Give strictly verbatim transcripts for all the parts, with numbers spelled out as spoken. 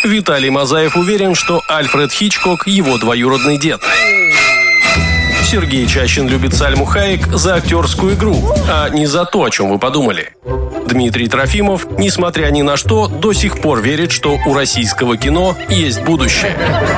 Виталий Мазаев уверен, что Альфред Хичкок – его двоюродный дед. Сергей Чащин любит Сальму Хайек за актерскую игру, а не за то, о чем вы подумали. Дмитрий Трофимов, несмотря ни на что, до сих пор верит, что у российского кино есть будущее.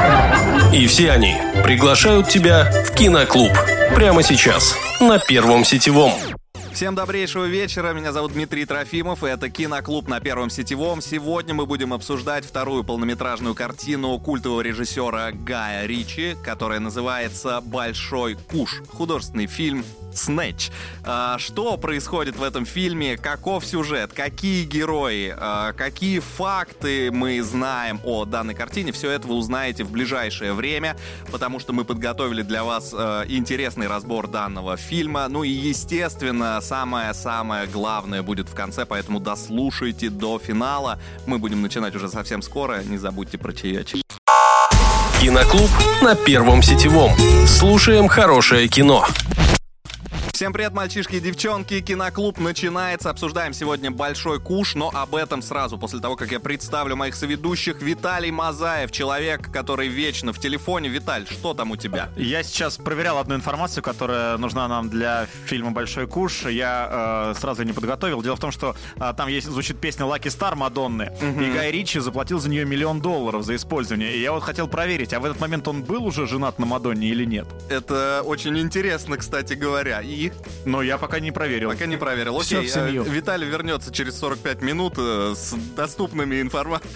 И все они приглашают тебя в киноклуб. Прямо сейчас, на Первом сетевом. Всем добрейшего вечера, меня зовут Дмитрий Трофимов, и это Киноклуб на Первом сетевом. Сегодня мы будем обсуждать вторую полнометражную картину культового режиссера Гая Ричи, которая называется «Большой куш». Художественный фильм «Снэч». А, что происходит в этом фильме, каков сюжет, какие герои, а, какие факты мы знаем о данной картине, все это вы узнаете в ближайшее время, потому что мы подготовили для вас а, интересный разбор данного фильма. Ну и, естественно, самое-самое главное будет в конце, поэтому дослушайте до финала. Мы будем начинать уже совсем скоро, не забудьте про чаечек. Киноклуб на Первом сетевом. Слушаем хорошее кино. Всем привет, мальчишки и девчонки, Киноклуб начинается. Обсуждаем сегодня «Большой куш», но об этом сразу, после того, как я представлю моих соведущих. Виталий Мазаев, человек, который вечно в телефоне. Виталь, что там у тебя? Я сейчас проверял одну информацию, которая нужна нам для фильма «Большой куш». Я э, сразу не подготовил. Дело в том, что э, там есть, звучит песня «Lucky Star» Мадонны, угу. И Гай Ричи заплатил за нее миллион долларов за использование. И я вот хотел проверить, а в этот момент он был уже женат на Мадонне или нет? Это очень интересно, кстати говоря. И Но я пока не проверил. Пока не проверил. Все Окей, в семью. Виталий вернется через сорок пять минут э, с доступными информацией.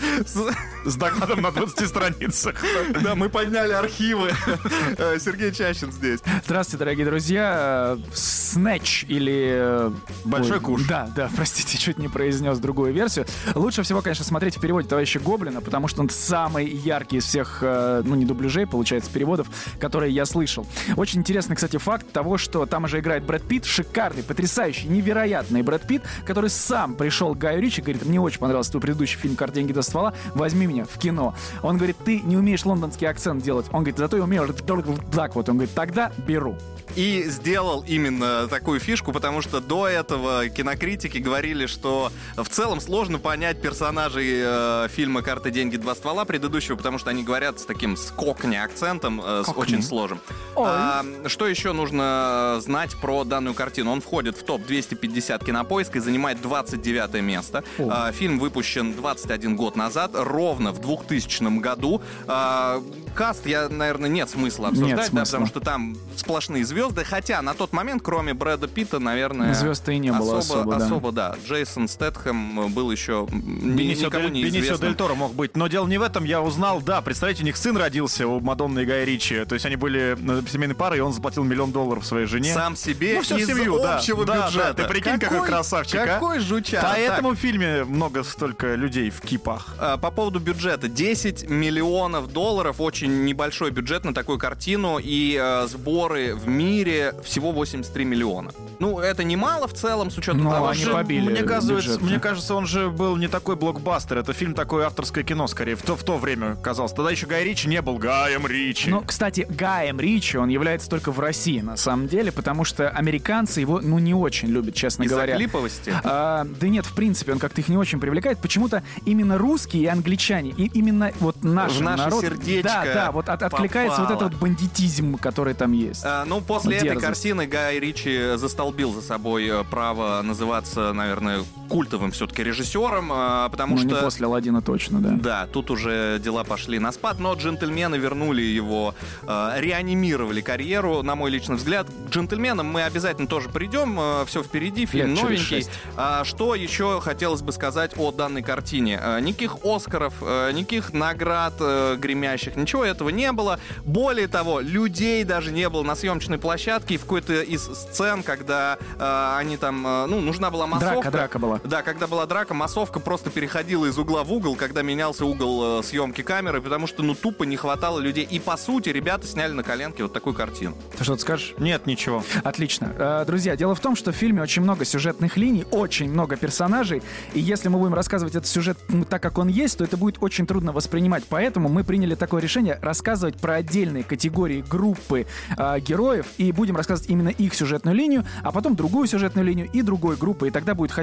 С докладом на двадцати страницах. Да, мы подняли архивы. Сергей Чащин здесь. Здравствуйте, дорогие друзья. Снэч или... Большой Ой, куш. Да, да, простите, чуть не произнес другую версию. Лучше всего, конечно, смотреть в переводе товарища Гоблина, потому что он самый яркий из всех, ну, не дубляжей, получается, переводов, которые я слышал. Очень интересный, кстати, факт того, что там уже играет Брэд Питт, шикарный, потрясающий, невероятный Брэд Питт, который сам пришел к Гаю Ричи и говорит: мне очень понравился твой предыдущий фильм «Карты, деньги, два ствола, возьми меня в кино». Он говорит: ты не умеешь лондонский акцент делать. Он говорит: зато я умею только так вот. Он говорит: тогда беру. И сделал именно такую фишку, потому что до этого кинокритики говорили, что в целом сложно понять персонажей э, фильма «Карты, деньги, два ствола» предыдущего, потому что они говорят с таким скокни акцентом, э, с очень сложным. А, что еще нужно знать про данную картину? Он входит в топ двести пятьдесят Кинопоиска и занимает двадцать девятое место. А, фильм выпущен двадцать один год назад, ровно в двухтысячном году. А, каст, я, наверное, нет смысла обсуждать, нет смысла. Да, потому что там сплошные звезды. Хотя на тот момент, кроме Брэда Питта, наверное... Звезд-то и не было особо, да. Особо, да. Джейсон Стэтхэм был еще Бенисио никому Дель, неизвестным. Бенисио Дель Торо мог быть. Но дело не в этом. Я узнал, да, представляете, у них сын родился, у Мадонны и Гая Ричи. То есть они были семейной парой, и он заплатил миллион долларов своей жене. Сам себе ну, всю из семью, общего да, бюджета. Да, ты прикинь, какой, какой красавчик, Какой а? жучар. Поэтому в фильме много столько людей в кипах. А, по поводу бюджета. десять миллионов долларов. Очень небольшой бюджет на такую картину. И а, сборы в мире всего восемьдесят три миллиона. Ну, это немало в целом, с учетом Но того, они что... побили мне, кажется, бюджет, мне да? кажется, он же был не такой блокбастер. Это фильм такое авторское кино, скорее. В то, в то время казалось. Тогда еще Гай Ричи не был Гаем Ричи. Ну, кстати, Гаем Ричи, он является только в России, на самом деле, потому что американцы его, ну, не очень любят, честно Из-за говоря. клиповости? А, да нет, в принципе, он как-то их не очень привлекает. Почему-то именно русские и англичане, и именно вот наш в наше народ... сердечко Да, да, вот от, откликается попало. вот этот вот бандитизм, который там есть. А, ну, после Дерзость. этой картины Гай Ричи застолбил за собой право называться, наверное, культовым все-таки режиссером, потому ну, что... не после «Аладдина» точно, да. Да, тут уже дела пошли на спад, но «Джентльмены» вернули его, э, реанимировали карьеру, на мой личный взгляд. К «Джентльменам» мы обязательно тоже придем, э, все впереди, фильм Лет через новенький. шесть. А, что еще хотелось бы сказать о данной картине? А, никаких «Оскаров», э, никаких наград э, гремящих, ничего этого не было. Более того, людей даже не было на съемочной площадке, и в какой-то из сцен, когда э, они там, э, ну, нужна была массовка. Драка, драка была. Да, когда была драка, массовка просто переходила из угла в угол, когда менялся угол э, съемки камеры, потому что, ну, тупо не хватало людей. И, по сути, ребята сняли на коленке вот такую картину. Ты что-то скажешь? Нет, ничего. Отлично. Э, Друзья, дело в том, что в фильме очень много сюжетных линий, очень много персонажей, и если мы будем рассказывать этот сюжет ну, так, как он есть, то это будет очень трудно воспринимать. Поэтому мы приняли такое решение рассказывать про отдельные категории, группы э, героев, и будем рассказывать именно их сюжетную линию, а потом другую сюжетную линию и другой группы, и тогда будет хотя бы мы не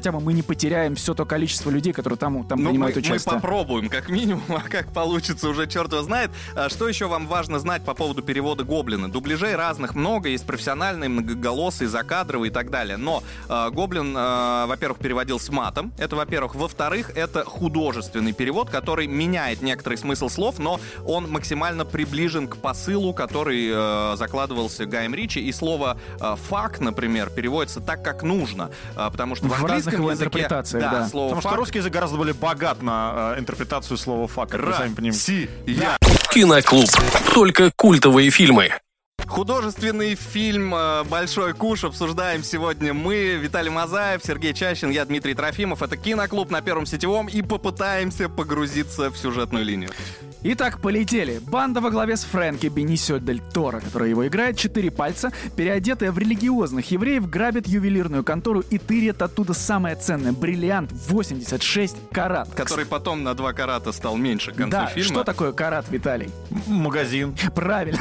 потеряем все то количество людей, которые там, там ну, принимают мы, участие. Мы попробуем, как минимум, а как получится, уже черт его знает. Что еще вам важно знать по поводу перевода Гоблина? Дубляжей разных много, есть профессиональные, многоголосые, закадровые и так далее. Но э, Гоблин, э, во-первых, переводил с матом. Это, во-первых. Во-вторых, это художественный перевод, который меняет некоторый смысл слов, но он максимально приближен к посылу, который э, закладывался Гаем Ричи. И слово э, «фак», например, переводится так, как нужно. Э, потому что в, в английском разных его языке, интерпретациях, да, да. слово Потому «фак», что русский язык гораздо более богат на э, интерпретацию слова «фак», как вы сами понимаете. Я. Киноклуб. Только культовые фильмы. Художественный фильм «Большой куш» обсуждаем сегодня мы, Виталий Мазаев, Сергей Чащин, я Дмитрий Трофимов. Это Киноклуб на Первом сетевом, и попытаемся погрузиться в сюжетную линию. Итак, полетели. Банда во главе с Фрэнки Бенисио дель Торо, которая его играет, четыре пальца, переодетая в религиозных евреев, грабит ювелирную контору и тырит оттуда самое ценное — бриллиант восемьдесят шесть карат. Который потом на два карата стал меньше к концу да, фильма. что такое карат, Виталий? Магазин. Правильно.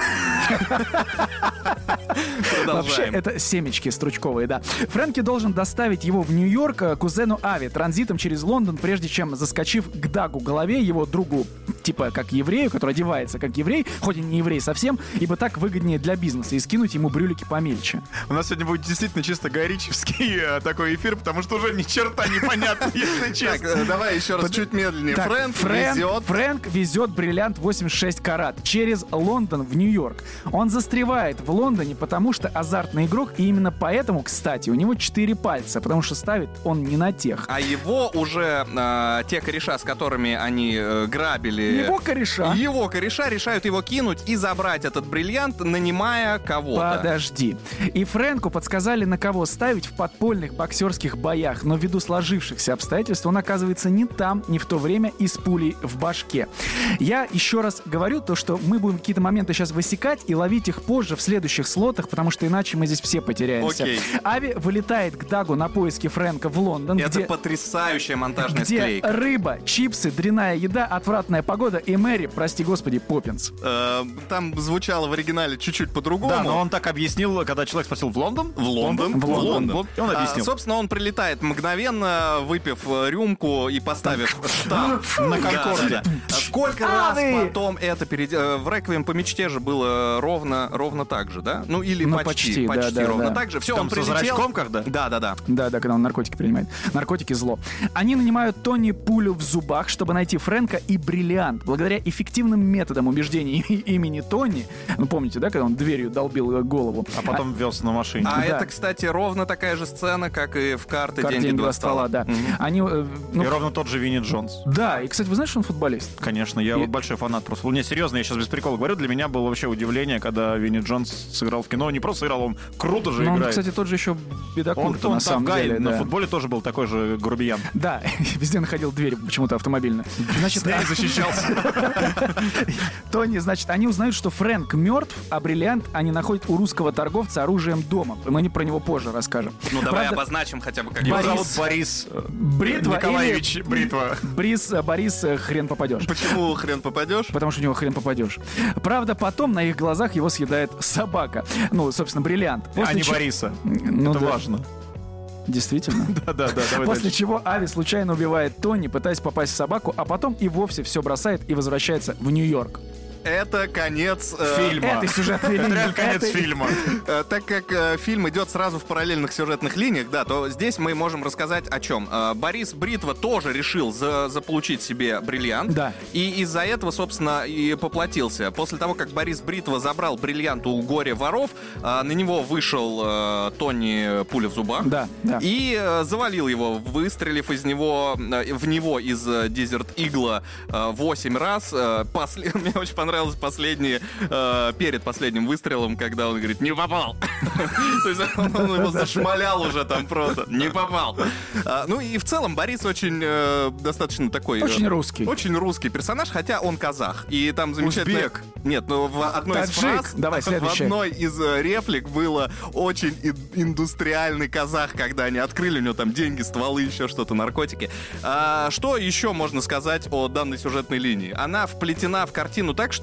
Вообще, Продолжаем. это семечки стручковые, да. Фрэнки должен доставить его в Нью-Йорк э, кузену Ави транзитом через Лондон, прежде чем, заскочив к Дагу Голове, его другу, типа как еврею, который одевается как еврей, хоть и не еврей совсем, ибо так выгоднее для бизнеса, и скинуть ему брюлики помельче. У нас сегодня будет действительно чисто гайричевский э, такой эфир, потому что уже ни черта непонятно, если Так, честно. э, давай еще раз Под- чуть медленнее. Так, Фрэнк Фрэнк, везет. Фрэнк везет бриллиант восемьдесят шесть карат через Лондон в Нью-Йорк. Он застревает в Лондоне, потому что азартный игрок, и именно поэтому, кстати, у него четыре пальца, потому что ставит он не на тех. А его уже э, те кореша, с которыми они э, грабили... Его кореша. Его кореша решают его кинуть и забрать этот бриллиант, нанимая кого-то. Подожди. И Фрэнку подсказали, на кого ставить в подпольных боксерских боях, но ввиду сложившихся обстоятельств он оказывается не там, не в то время и с пулей в башке. Я еще раз говорю то, что мы будем какие-то моменты сейчас высекать и ловить их позже в следующих слотах, потому что иначе мы здесь все потеряемся. Окей. Ави вылетает к Дагу на поиски Фрэнка в Лондон, Это где... потрясающая монтажная где склейка. рыба, чипсы, дрянная еда, отвратная погода и Мэри, прости господи, Поппинс. Э, Там звучало в оригинале чуть-чуть по-другому. Да, но он так объяснил, когда человек спросил: в Лондон? В Лондон. В Лондон. И он объяснил. А, собственно, он прилетает мгновенно, выпив э, рюмку и поставив штамп на Конкорде. А Сколько раз Ави! потом это перед... э, В «Реквием по мечте» же было ровно, ровно так же, да? Ну, или Ну, почти, почти, да, почти да, ровно да. так же. Все, Там он со прилетел. зрачком когда? Да, да, да. Да, да, когда он наркотики принимает. Наркотики — зло. Они нанимают Тони пулю в зубах, чтобы найти Фрэнка и бриллиант. Благодаря эффективным методам убеждения имени Тони, ну, помните, да, когда он дверью долбил голову? А потом вез на машине. А Да. это, кстати, ровно такая же сцена, как и в «Карты, Карты, деньги, два ствола». да. Мгм. Они, э, ну, И ровно тот же Винни Джонс. да, и, кстати, вы знаете, что он футболист? Конечно, я И- вот большой фанат просто. Не, серьезно, я сейчас без прикола говорю, для меня было вообще удивление, когда Винни Джонс сыграл в кино. Не просто сыграл, он круто же Но он, играет. кстати, тот же еще он, бедокур, он на самом тавгай, деле. на да. футболе тоже был такой же грубиян. Да, везде находил дверь почему-то автомобильную. Значит, С ней защищался. Тони, значит, они узнают, что Фрэнк мертв, а бриллиант они находят у русского торговца оружием дома. Мы не про него позже расскажем. Ну, давай Правда, обозначим хотя бы, как Его его зовут зовут. Борис э, Бритва Николаевич или- Бритва. Брис, э, Борис, э, хрен попадешь. Почему хрен попадешь? Потому что у него хрен попадешь. Правда, потом на их глазах его съедает собака. Ну, собственно, бриллиант. А После не че- Бориса. Ну Это да. важно. Действительно. Да-да-да, давай После дальше. чего Ави случайно убивает Тони, пытаясь попасть в собаку, а потом и вовсе все бросает и возвращается в Нью-Йорк. Это конец э, Фильма. Этой сюжетной линии. Реально конец этой- фильма. Э, Так как э, фильм идет сразу в параллельных сюжетных линиях, да, то здесь мы можем рассказать о чем. Э, Борис Бритва тоже решил за- заполучить себе бриллиант. Да. И из-за этого, собственно, и поплатился. После того, как Борис Бритва забрал бриллиант у горе-воров, э, на него вышел э, Тони пуля в зубах. Да, да. И э, завалил его, выстрелив из него, э, в него из э, Desert Eagle э, восемь раз. Э, после- Мне очень понравилось последнее, э, перед последним выстрелом, когда он говорит: не попал. То есть он он его зашмалял уже там просто. Не попал. А, Ну и в целом Борис очень э, достаточно такой... э, Очень русский. Очень русский персонаж, хотя он казах. И там замечательно... Узбек. Нет, ну в одной из Таджик. фраз... Давай, В следующее. одной из э, реплик было очень ин- индустриальный казах, когда они открыли, у него там деньги, стволы, еще что-то, наркотики. А, что еще можно сказать о данной сюжетной линии? Она вплетена в картину так, что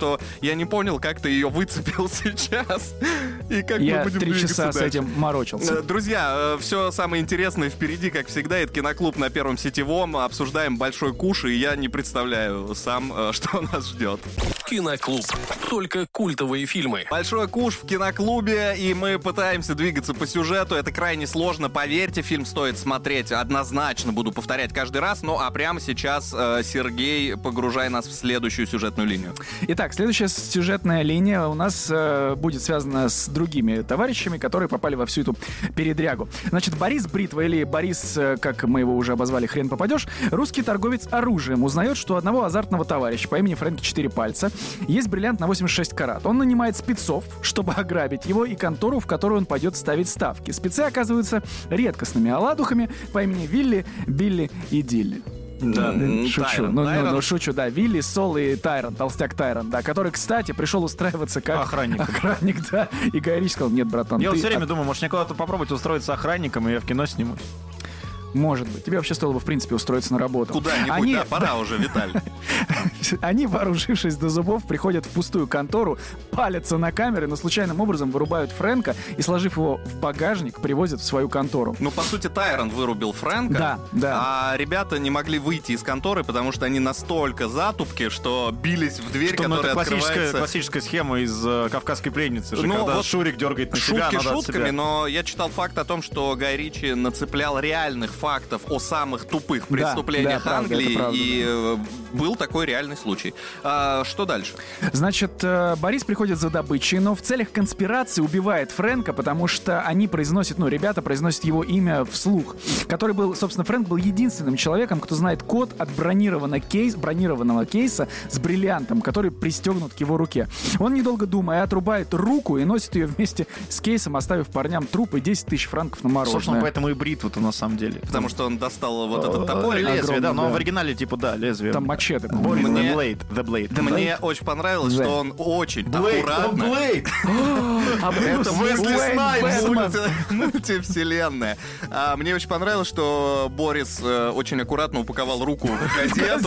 что я не понял, как ты ее выцепил сейчас. И как я мы будем три часа дальше. с этим морочился. Друзья, все самое интересное впереди, как всегда. Это Киноклуб на Первом сетевом. Обсуждаем большой куш, и я не представляю сам, что нас ждет. Киноклуб. Только культовые фильмы. Большой куш в киноклубе, и мы пытаемся двигаться по сюжету. Это крайне сложно, поверьте, фильм стоит смотреть однозначно, буду повторять каждый раз. Ну а прямо сейчас, э, Сергей, погружай нас в следующую сюжетную линию. Итак, следующая сюжетная линия у нас э, будет связана с другими товарищами, которые попали во всю эту передрягу. Значит, Борис Бритва, или Борис, э, как мы его уже обозвали, хрен попадешь, русский торговец оружием, узнает, что у одного азартного товарища по имени Фрэнк Четыре Пальца есть бриллиант на восемьдесят шесть карат. Он нанимает спецов, чтобы ограбить его, и контору, в которую он пойдет ставить ставки. Спецы оказываются редкостными оладухами по имени Вилли, Билли и Дилли. Да, шучу. Тайрон, ну, Тайрон. ну, ну, шучу, да. Вилли, Сол и Тайрон, толстяк Тайрон, да, который, кстати, пришел устраиваться как охранник. Охранник, да. И Гай Ричи сказал: нет, братан, Я ты... вот все время думаю, может, мне куда-то попробовать устроиться охранником, и я в кино снимусь. Может быть. Тебе вообще стоило бы, в принципе, устроиться на работу. Куда-нибудь, Они... да, пора уже, Виталий. Они, вооружившись до зубов, приходят в пустую контору, палятся на камеры, но случайным образом вырубают Фрэнка и, сложив его в багажник, привозят в свою контору. Ну, по сути, Тайрон вырубил Фрэнка, Да, да. а ребята не могли выйти из конторы, потому что они настолько затупки, что бились в дверь, Что, ну, это которая классическая, открывается... классическая схема из э, «Кавказской пленницы», же, Ну, когда вот Шурик дергает на себя, Шутки надо от шутками, себя. но я читал факт о том, что Гай Ричи нацеплял реальных фактов о самых тупых Да, преступлениях да, правда, Англии, это правда, и э, был такой реальный случай. А, что дальше? Значит, э, Борис приходит за добычей, но в целях конспирации убивает Фрэнка, потому что они произносят, ну, ребята произносят его имя вслух, который был, собственно, Фрэнк был единственным человеком, кто знает код от бронированного, кейс, бронированного кейса с бриллиантом, который пристегнут к его руке. Он, недолго думая, отрубает руку и носит ее вместе с кейсом, оставив парням труп и десять тысяч франков на мороженое. Собственно, поэтому и бритва-то на самом деле. Потому что он достал вот этот топор. Лезвие, огромный, да, но да. в оригинале типа, да, лезвие. Там мачете. Борис Мне- the Blade, the Blade. Мне очень понравилось, Да. что он очень Blade, аккуратно... он Blade! А Это Брюс Уэсли Уэйн Снайпс, Бэтмен. мульти- мультивселенная. А, мне очень понравилось, что Борис э, очень аккуратно упаковал руку в газету.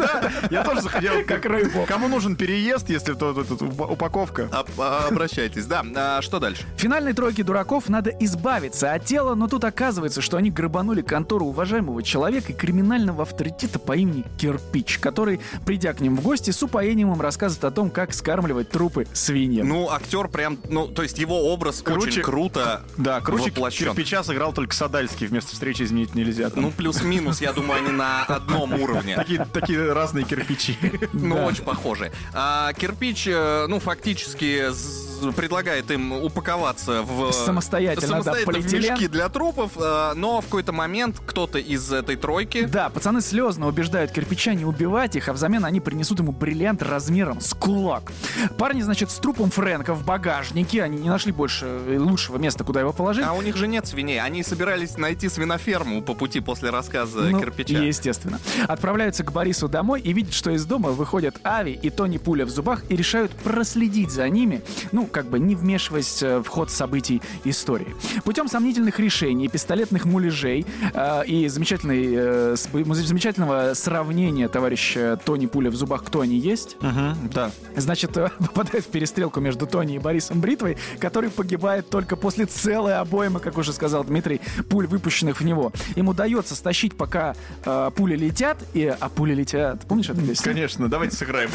Я тоже заходил. Как рыбу. Кому нужен переезд, если то то- то- то упаковка? А- а, Обращайтесь. Да, а что дальше? Финальной тройке дураков надо избавиться от тела, но тут оказывается, что они грабанули контору уважаемого человека и криминального авторитета по имени Кирпич, который, придя к ним в гости, с упоением им рассказывает о том, как скармливать трупы свиньям. Ну, актер прям, ну, то есть его образ Круче- очень круто Да, круче воплощен. кирпича сыграл только Садальский вместо встречи изменить нельзя. Там Ну, плюс-минус, я думаю, они на одном уровне. такие, такие разные кирпичи. Ну, Да. очень похожи. А Кирпич, э, ну, фактически з- предлагает им упаковаться в... Самостоятельно, да, самостоятельно в полиэтилен. мешки для трупов, э, но в какой-то момент кто-то из этой тройки... Да, пацаны слезно убеждают Кирпича не убивать их, а взамен они принесут ему бриллиант размером с кулак. Парни, значит, с трупом Фрэнка в багажнике, они не нашли больше э, лучшего места, куда его положить. А у них же нет свиней. Они собирались найти свиноферму по пути после рассказа Ну, Кирпича. естественно. Отправляются к Борису домой и видят, что из дома выходят Ави и Тони Пуля в зубах и решают проследить за ними, ну, как бы не вмешиваясь э, в ход событий истории. Путем сомнительных решений, пистолетных муляжей э, и замечательной, э, с- замечательного сравнения товарища Тони Пуля в зубах, кто они есть, Мгм, да. значит, э, попадает в перестрелку между Тони и Борисом Бритвой, который погибает только после целой обоймы, как уже сказал Дмитрий, пуль, выпущенных в него. Им удается стащить, пока э, пули летят, и, а пули летят. Помнишь эту песню? Конечно, давайте сыграем.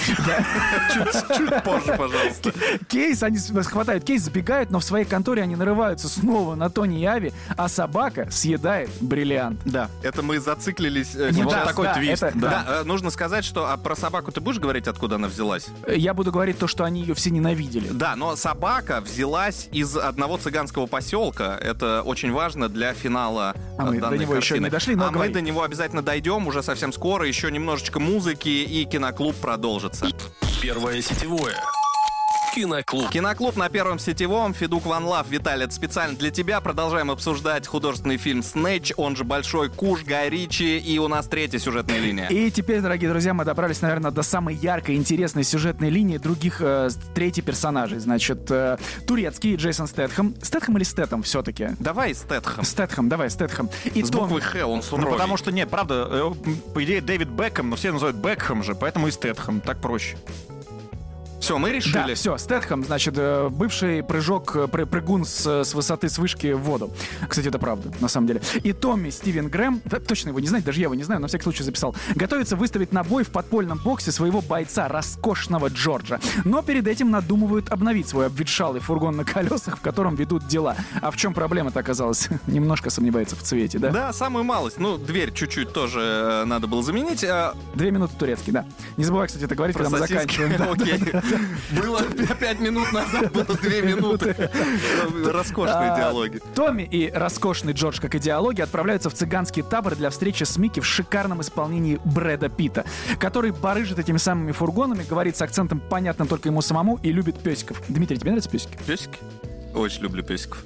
Чуть позже, пожалуйста. Кейс, они с- хватают кейс, забегают, но в своей конторе они нарываются снова на Тони и Ави, а собака съедает бриллиант. Да. Это мы зациклились э, Не, сейчас. да, такой да, твист, это- да. Да, э, нужно сказать, что а про собаку ты будешь говорить, откуда она взялась? Я буду говорить то, что они ее все ненавидели. Да, но собака взялась из одного цыганского поселка. Это очень важно для финала А мы э, данной до него еще картины. не дошли, но а говори. мы до него обязательно дойдем уже совсем скоро. Еще немножечко музыки, и киноклуб продолжится. Первое сетевое. Киноклуб. Киноклуб на Первом сетевом. Федук Ван Лав. Виталий, это специально для тебя. Продолжаем обсуждать художественный фильм «Снэч», он же «Большой куш», Гай Ричи. И у нас третья сюжетная линия. И теперь, дорогие друзья, мы добрались, наверное, до самой яркой, интересной сюжетной линии других э, третьих персонажей. Значит, э, турецкий Джейсон Стэтхэм. Стэтхэм или Стэтэм все-таки? Давай Стэтхэм. Стэтхэм, давай, Стэтхэм. И С Том- буквы «Х» он Ну, суровый. потому что, нет, правда, э, по идее, Дэвид Бекхэм, но все называют Бекхэм же, поэтому и Стэтхэм, так проще. Все, мы решили. Да, все, Стэтхэм, значит, э, бывший прыжок, э, пры- прыгун с, с высоты с вышки в воду. Кстати, это правда, на самом деле. И Томми Стивен Грэм, да, точно его не знаю, даже я его не знаю, но на всякий случай записал, готовится выставить на бой в подпольном боксе своего бойца, роскошного Джорджа. Но перед этим надумывают обновить свой обветшалый фургон на колесах, в котором ведут дела. А в чем проблема-то оказалась? Немножко сомневается в цвете, да? Да, самую малость. Ну, дверь чуть-чуть тоже э, надо было заменить. А... Две минуты турецкий, да. Не забывай, кстати, это говорить, Про когда мы сосиски. заканчиваем. Да, Окей. да, да. Было пять минут назад, было две минуты. Роскошные А, диалоги. Томми и роскошный Джордж, как идеологи, отправляются в цыганский табор для встречи с Микки в шикарном исполнении Брэда Питта, который барыжит этими самыми фургонами, говорит с акцентом, понятным только ему самому, и любит песиков. Дмитрий, тебе нравятся песики? Песики? Очень люблю песиков.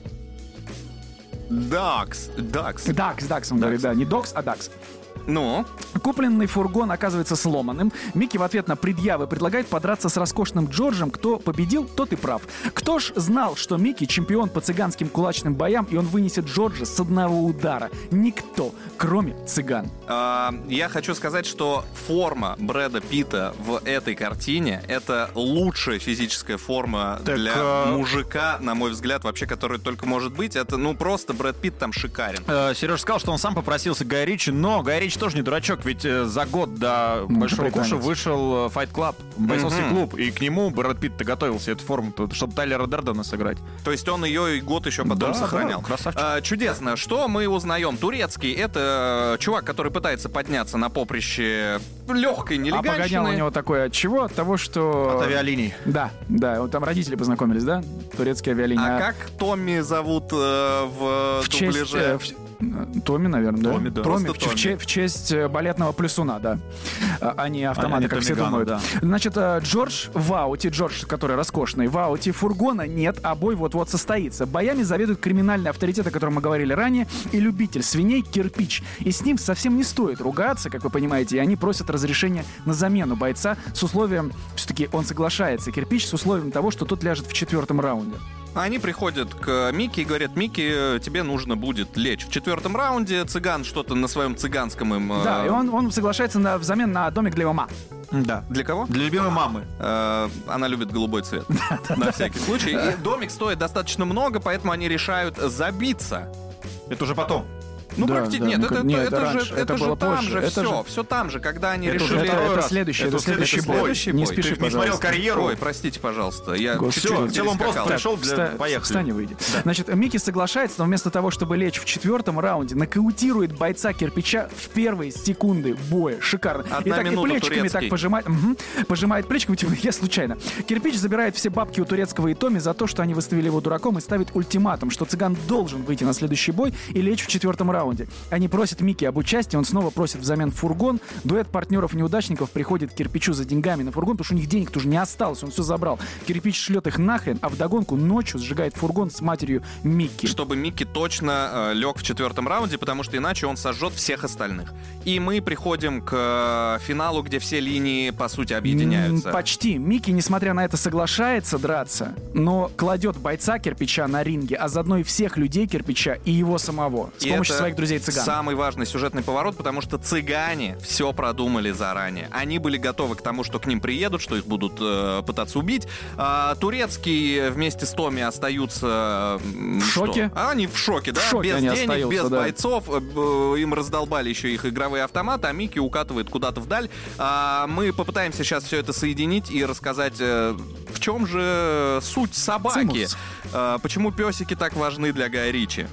Дакс. Дакс. Дакс, Дакс, он говорит, да. Не Докс, а Дакс. Ну? Купленный фургон оказывается сломанным. Микки в ответ на предъявы предлагает подраться с роскошным Джорджем. Кто победил, тот и прав. Кто ж знал, что Микки чемпион по цыганским кулачным боям, и он вынесет Джорджа с одного удара? Никто, кроме цыган. А, я хочу сказать, что форма Брэда Питта в этой картине — это лучшая физическая форма Так, для а... мужика, на мой взгляд, вообще, которая только может быть. Это, ну, просто Брэд Питт там шикарен. Э, Сереж сказал, что он сам попросился к Гай Ричи, но Гай Ричи тоже не дурачок, ведь э, за год до Ну, Большого прикольно. Куша вышел э, Fight Club, бойцовский Мгм. клуб, и к нему Брэд Питт готовился эту форму, чтобы Тайлера Дердена сыграть. То есть он ее и год еще потом Да, сохранял. да, красавчик. А, чудесно. Что мы узнаем? Турецкий — это чувак, который пытается подняться на поприще легкой А погонял у нелегальщины. него такое от чего? От того, что... От авиалиний. Да, да, вот там родители познакомились, да? Турецкие авиалинии. А как Томми зовут э, в, в честь... дубляже? э, в- э, Томми, наверное, да? Томми, да. Томми, Просто в, ч- в Томми. че- в честь э, балетного плюсуна, да. А, а не автомата, А не как все Томми Ганна, думают. да. Значит, э, Джордж в ауте, Джордж, который роскошный, в ауте фургона нет, а бой вот-вот состоится. Боями заведует криминальный авторитет, о котором мы говорили ранее, и любитель свиней Кирпич. И с ним совсем не стоит ругаться, как вы понимаете, и они просят разрешения на замену бойца с условием, все-таки он соглашается, Кирпич, с условием того, что тот ляжет в четвертом раунде. Они приходят к Микки и говорят: Микки, тебе нужно будет лечь в четвертом раунде. Цыган что-то на своем цыганском им... э, Да, и он, он соглашается на, взамен на домик для его ма. Да. Для кого? Для любимой мамы. Э, Она любит голубой цвет. На всякий случай. И домик стоит достаточно много, поэтому они решают забиться. Это уже потом. Ну, Да, практи- да, нет, ну, это, как- это, нет, это это же, раньше, это это же было там позже, же это все, же- все там же, когда они Это уже решили... второй Это раз. следующий, это Это следующий следующий бой. Следующий Не бой. спеши, Ты не смотрел пожалуйста. карьеру? Ой, простите, пожалуйста. Я Господи. чуть-чуть Всё, сначала он просто перескакал. пришел для... Вста- Поехали. Встань и выйди. Значит, Микки соглашается, но вместо того, чтобы лечь в четвертом раунде, нокаутирует бойца Кирпича в первые секунды боя. Шикарно. Одна и так и минута, плечиками турецкий. так пожимает. Мгм. Пожимает плечиками, типа, я случайно. Кирпич забирает все бабки у турецкого и Томми за то, что они выставили его дураком, и ставит ультиматум, что цыган должен выйти на следующий бой и лечь в четвертом раунде. Они просят Микки об участии, он снова просит взамен фургон. Дуэт партнеров-неудачников приходит к Кирпичу за деньгами на фургон, потому что у них денег тоже не осталось, он все забрал. Кирпич шлет их нахрен, а вдогонку ночью сжигает фургон с матерью Микки. Чтобы Микки точно э, лег в четвертом раунде, потому что иначе он сожжет всех остальных. И мы приходим к э, финалу, где все линии, по сути, объединяются. М, Почти. Микки, несмотря на это, соглашается драться, но кладет бойца Кирпича на ринге, а заодно и всех людей Кирпича и его самого с И помощью это своих друзей-цыган. самый важный сюжетный поворот, потому что цыгане все продумали заранее. Они были готовы к тому, что к ним приедут, что их будут э, пытаться убить. А, турецкие вместе с Томми остаются... м, В что? шоке? А, они в шоке, да? В шоке без они денег, остаются, без да. бойцов. Э, э, Им раздолбали еще их игровые автоматы, а Микки укатывает куда-то вдаль. А, мы попытаемся сейчас все это соединить и рассказать, э, в чем же суть собаки. Цимус. Э, почему песики так важны для Гая Ричи.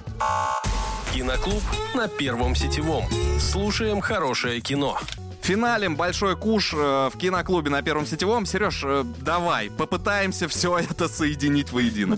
Киноклуб на Первом сетевом. Слушаем хорошее кино. Финалем «Большой куш» э, в киноклубе на Первом сетевом. Сереж, э, давай, попытаемся все это соединить воедино.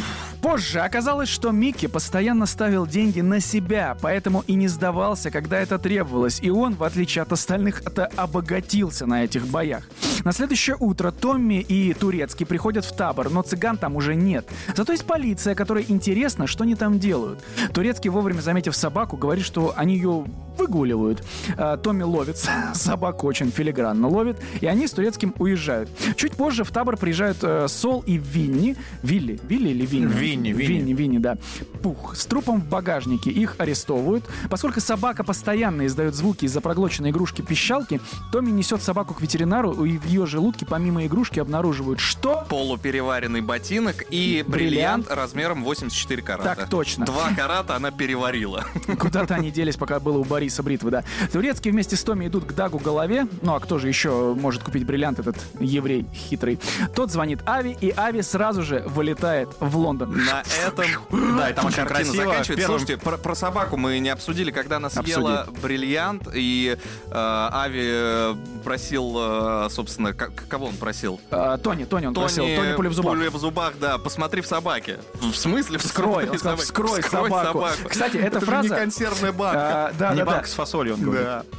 Позже оказалось, что Микки постоянно ставил деньги на себя, поэтому и не сдавался, когда это требовалось. И он, в отличие от остальных, это обогатился на этих боях. На следующее утро Томми и Турецкий приходят в табор, но цыган там уже нет. Зато есть полиция, которой интересно, что они там делают. Турецкий, вовремя заметив собаку, говорит, что они ее выгуливают. А, Томми ловит собаку, очень филигранно ловит, и они с Турецким уезжают. Чуть позже в табор приезжают э, Сол и Винни. Вилли? Вилли или Винни? Винни, Винни. Винни, Винни, да. Пух. С трупом в багажнике. Их арестовывают. Поскольку собака постоянно издает звуки из-за проглоченной игрушки пищалки, Томми несет собаку к ветеринару, и в ее желудке помимо игрушки обнаруживают что? Полупереваренный ботинок и бриллиант, бриллиант размером восемьдесят четыре карата. Так точно. Два карата она переварила. Куда-то они делись, пока было у Бориса бритвы, да. Турецкие вместе с Томи идут к Дагу Голове. Ну, а кто же еще может купить бриллиант, этот еврей хитрый? Тот звонит Ави, и Ави сразу же вылетает в Лондон. На этом... Да, и там очень красиво. Заканчивается. Первым... Слушайте, про, про собаку мы не обсудили, когда она съела Обсудить. бриллиант, и э, Ави просил, э, собственно, к- кого он просил? А, Тони, Тони он Тони, просил. Тони пуля в зубах. Пуля в зубах, да. Посмотри в собаке. В смысле? Вскрой, он сказал, вскрой, вскрой собаку. собаку. Кстати, эта Это фраза... же не консервная банка. А, да, не да, банка да. с фасолью, он говорит. Да.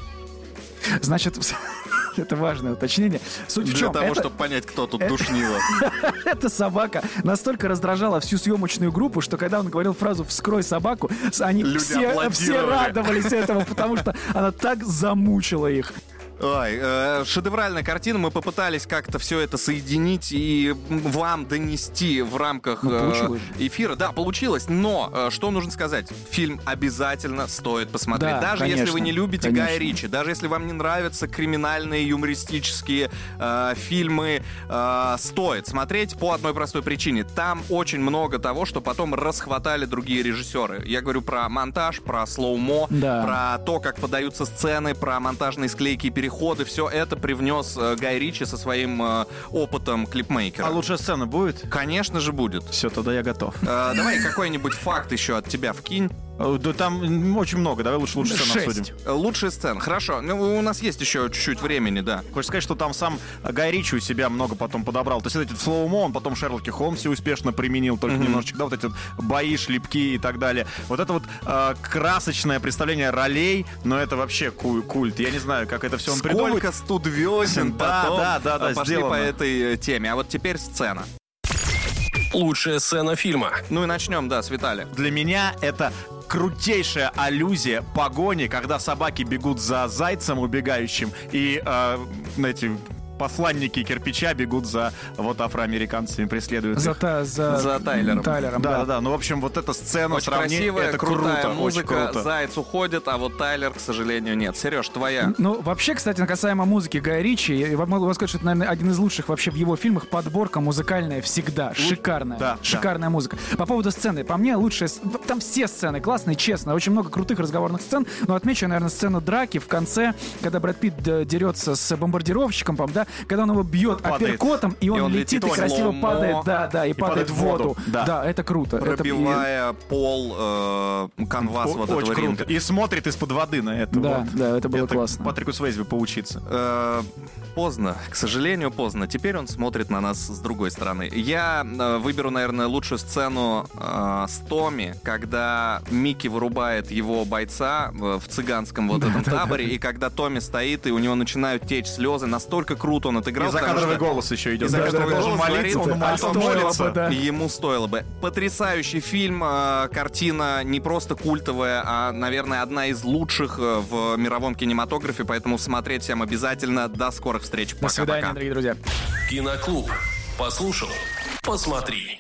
Значит, это важное уточнение. Суть Для в чем? того, это... чтобы понять, кто тут душнило. Эта собака настолько раздражала всю съемочную группу, что когда он говорил фразу «вскрой собаку», они все, все радовались этому, потому что она так замучила их. Ой, э, шедевральная картина. Мы попытались как-то все это соединить и вам донести в рамках ну, э, эфира. Да, получилось. Но э, что нужно сказать? Фильм обязательно стоит посмотреть. Да, даже конечно, если вы не любите конечно. Гая Ричи, даже если вам не нравятся криминальные, юмористические э, фильмы, э, стоит смотреть по одной простой причине. Там очень много того, что потом расхватали другие режиссеры. Я говорю про монтаж, про слоумо, да. про то, как подаются сцены, про монтажные склейки и переходы. Ходы, все это привнес э, Гай Ричи со своим э, опытом клипмейкера. А лучшая сцена будет? Конечно же будет. Все, тогда я готов. Э, давай какой-нибудь факт еще от тебя вкинь. Да там очень много, давай лучше лучшую сцену обсудим. Лучшая сцена, хорошо. Ну, у нас есть еще чуть-чуть времени, да. Хочешь сказать, что там сам Гай Ричи у себя много потом подобрал. То есть эти слоумо он потом в Шерлоке Холмсе успешно применил, только mm-hmm. немножечко, да, вот эти вот бои, шлепки и так далее. Вот это вот э, красочное представление ролей, но это вообще ку- культ. Я не знаю, как это все он придумывает. Сколько студвесен да, потом да, да, да, пошли сделано. по этой теме. А вот теперь сцена. Лучшая сцена фильма. Ну и начнем, да, с Виталия. Для меня это крутейшая аллюзия погони, когда собаки бегут за зайцем убегающим, и э, эти посланники кирпича бегут за вот афроамериканцами, преследуют за, их. Та, за, за Тайлером. Тайлером да, да. да, да. Ну, в общем, вот эта сцена очень сравнение, красивая, это крутая круто, музыка, очень круто. Заяц уходит, а вот Тайлер, к сожалению, нет. Сереж, твоя. Ну, вообще, кстати, касаемо музыки Гая Ричи, я могу вам сказать, что это, наверное, один из лучших вообще в его фильмах. Подборка музыкальная всегда. Шикарная. Да, шикарная да. музыка. По поводу сцены. По мне, лучшая... Там все сцены классные, честно. Очень много крутых разговорных сцен. Но отмечу, наверное, сцену драки в конце, когда Брэд Питт дерется с бомбардировщиком, да, когда он его бьет апперкотом, и он, и он летит, летит и красиво слоумо, падает, да, да, и, и падает, падает в воду. воду. Да. да, это круто. Пробивая это... пол, э, канвас О- вот очень этого круто. ринга. И смотрит из-под воды на это. Да, вот. да, это было это классно. Патрику Суэйзи поучиться. Э, поздно, к сожалению, поздно. Теперь он смотрит на нас с другой стороны. Я э, выберу, наверное, лучшую сцену э, с Томми, когда Микки вырубает его бойца в цыганском вот этом таборе, и когда Томми стоит, и у него начинают течь слезы. Настолько круто он отыграл. И закадровый голос еще идет. И закадровый голос молиться, говорит, он а молится. Бы, да. Ему стоило бы. Потрясающий фильм, э, картина не просто культовая, а, наверное, одна из лучших в мировом кинематографе, поэтому смотреть всем обязательно. До скорых встреч. До свидания, дорогие друзья. Киноклуб. Послушал, посмотри.